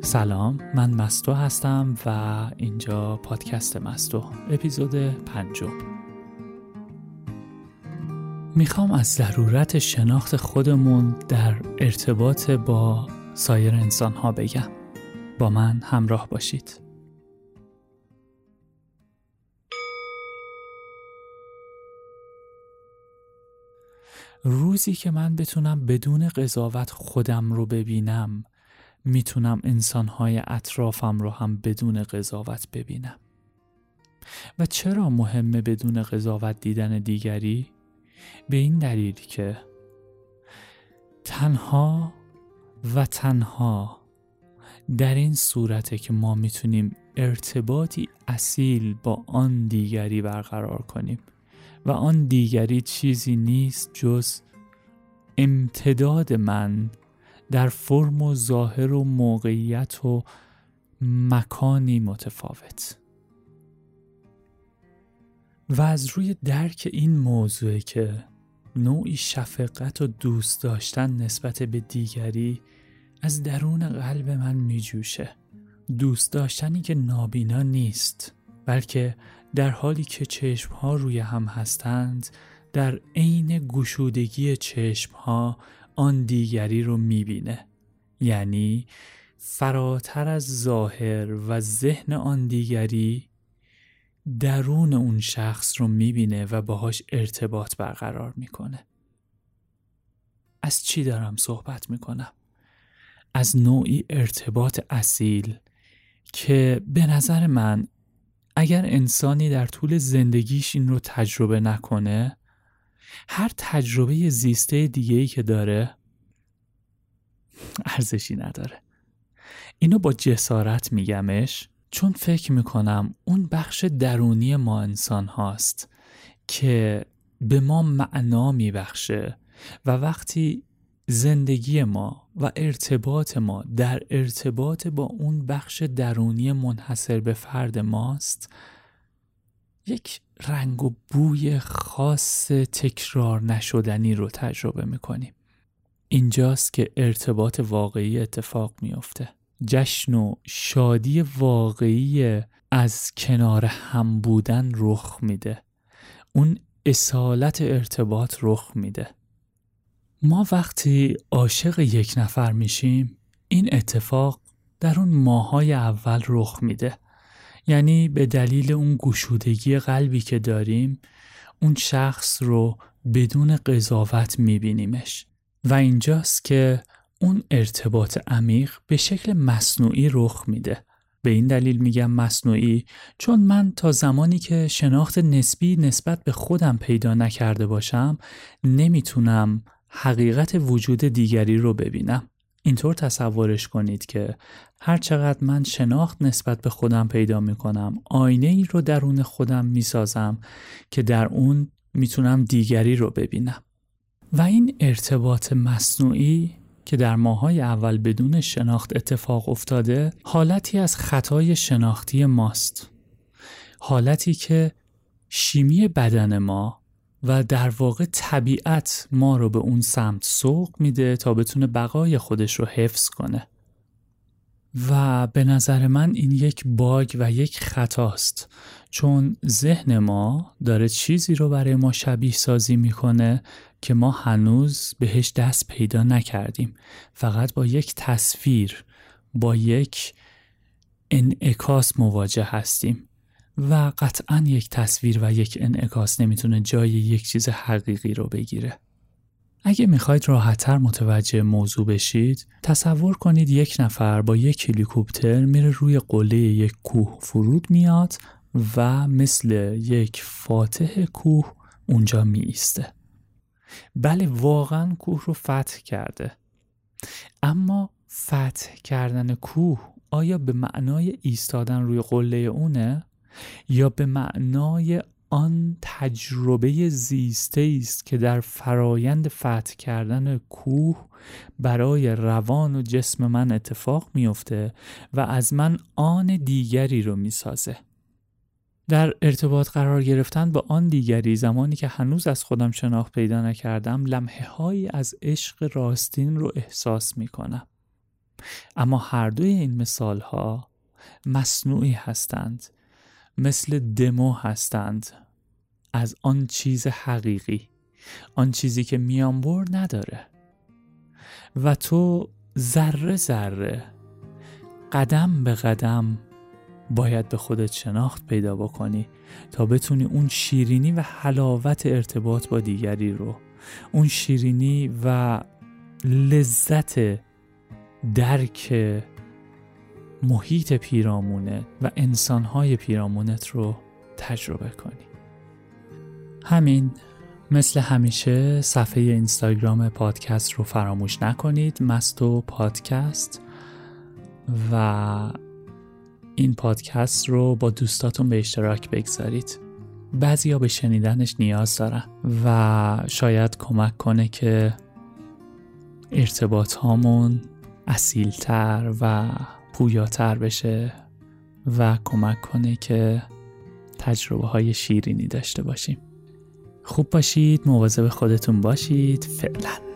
سلام، من مستو هستم و اینجا پادکست مستو اپیزود 5. میخوام از ضرورت شناخت خودمون در ارتباط با سایر انسان‌ها بگم. با من همراه باشید. روزی که من بتونم بدون قضاوت خودم رو ببینم، میتونم انسان‌های اطرافم رو هم بدون قضاوت ببینم. و چرا مهمه بدون قضاوت دیدن دیگری؟ به این دلیل که تنها در این صورته که ما میتونیم ارتباطی اصیل با آن دیگری برقرار کنیم و آن دیگری چیزی نیست جز امتداد من در فرم و ظاهر و موقعیت و مکانی متفاوت. و از روی درک این موضوع که نوعی شفقت و دوست داشتن نسبت به دیگری از درون قلب من میجوشه. دوست داشتنی که نابینا نیست، بلکه در حالی که چشمها روی هم هستند، در عین گشودگی چشمها آن دیگری رو میبینه. یعنی فراتر از ظاهر و ذهن آن دیگری، درون اون شخص رو میبینه و باهاش ارتباط برقرار میکنه. از چی دارم صحبت میکنم؟ از نوعی ارتباط اصیل که به نظر من اگر انسانی در طول زندگیش این رو تجربه نکنه، هر تجربه زیسته دیگه‌ای که داره ارزشی نداره. اینو با جسارت میگمش، چون فکر میکنم اون بخش درونی ما انسان هاست که به ما معنا میبخشه و وقتی زندگی ما و ارتباط ما در ارتباط با اون بخش درونی منحصر به فرد ماست، یک رنگ و بوی خاص تکرار نشدنی رو تجربه میکنیم. اینجاست که ارتباط واقعی اتفاق میفته. جشن و شادی واقعی از کنار هم بودن رخ میده. اون اصالت ارتباط رخ میده. ما وقتی عاشق یک نفر میشیم، این اتفاق در اون ماهای اول رخ میده. یعنی به دلیل اون گشودگی قلبی که داریم، اون شخص رو بدون قضاوت میبینیمش. و اینجاست که اون ارتباط عمیق به شکل مصنوعی رخ میده. به این دلیل میگم مصنوعی، چون من تا زمانی که شناخت نسبی نسبت به خودم پیدا نکرده باشم، نمیتونم حقیقت وجود دیگری رو ببینم. اینطور تصورش کنید که هر چقدر من شناخت نسبت به خودم پیدا میکنم، آینه ای رو درون خودم میسازم که در اون میتونم دیگری رو ببینم. و این ارتباط مصنوعی که در ماهای اول بدون شناخت اتفاق افتاده، حالتی از خطای شناختی ماست. حالتی که شیمی بدن ما و در واقع طبیعت ما رو به اون سمت سوق میده تا بتونه بقای خودش رو حفظ کنه. و به نظر من این یک باگ و یک خطاست، چون ذهن ما داره چیزی رو برای ما شبیه سازی میکنه که ما هنوز بهش دست پیدا نکردیم. فقط با یک تصویر، با یک انعکاس مواجه هستیم و قطعاً یک تصویر و یک انعکاس نمیتونه جای یک چیز حقیقی رو بگیره. اگه میخواید راحت‌تر متوجه موضوع بشید، تصور کنید یک نفر با یک هلیکوپتر میره روی قله یک کوه فرود میاد و مثل یک فاتح کوه اونجا می ایسته. بله، واقعا کوه رو فتح کرده. اما فتح کردن کوه آیا به معنای ایستادن روی قله اونه یا به معنای آن تجربه زیسته است که در فرایند فتح کردن کوه برای روان و جسم من اتفاق میفته و از من آن دیگری رو میسازه؟ در ارتباط قرار گرفتن با آن دیگری، زمانی که هنوز از خودم شناخت پیدا نکردم، لمحه هایی از عشق راستین رو احساس می کنم. اما هر دوی این مثال ها مصنوعی هستند، مثل دمو هستند از آن چیز حقیقی، آن چیزی که میانبر نداره. و تو ذره ذره، قدم به قدم باید به خودت شناخت پیدا بکنی تا بتونی اون شیرینی و حلاوت ارتباط با دیگری رو، اون شیرینی و لذت درک محیط پیرامونت و انسانهای پیرامونت رو تجربه کنی. همین. مثل همیشه صفحه اینستاگرام پادکست رو فراموش نکنید، مستو پادکست، و این پادکست رو با دوستاتون به اشتراک بگذارید. بعضیا به شنیدنش نیاز دارن و شاید کمک کنه که ارتباط هامون اصیل‌تر و پویاتر بشه و کمک کنه که تجربه های شیرینی داشته باشیم. خوب باشید، مواظب خودتون باشید. فعلا.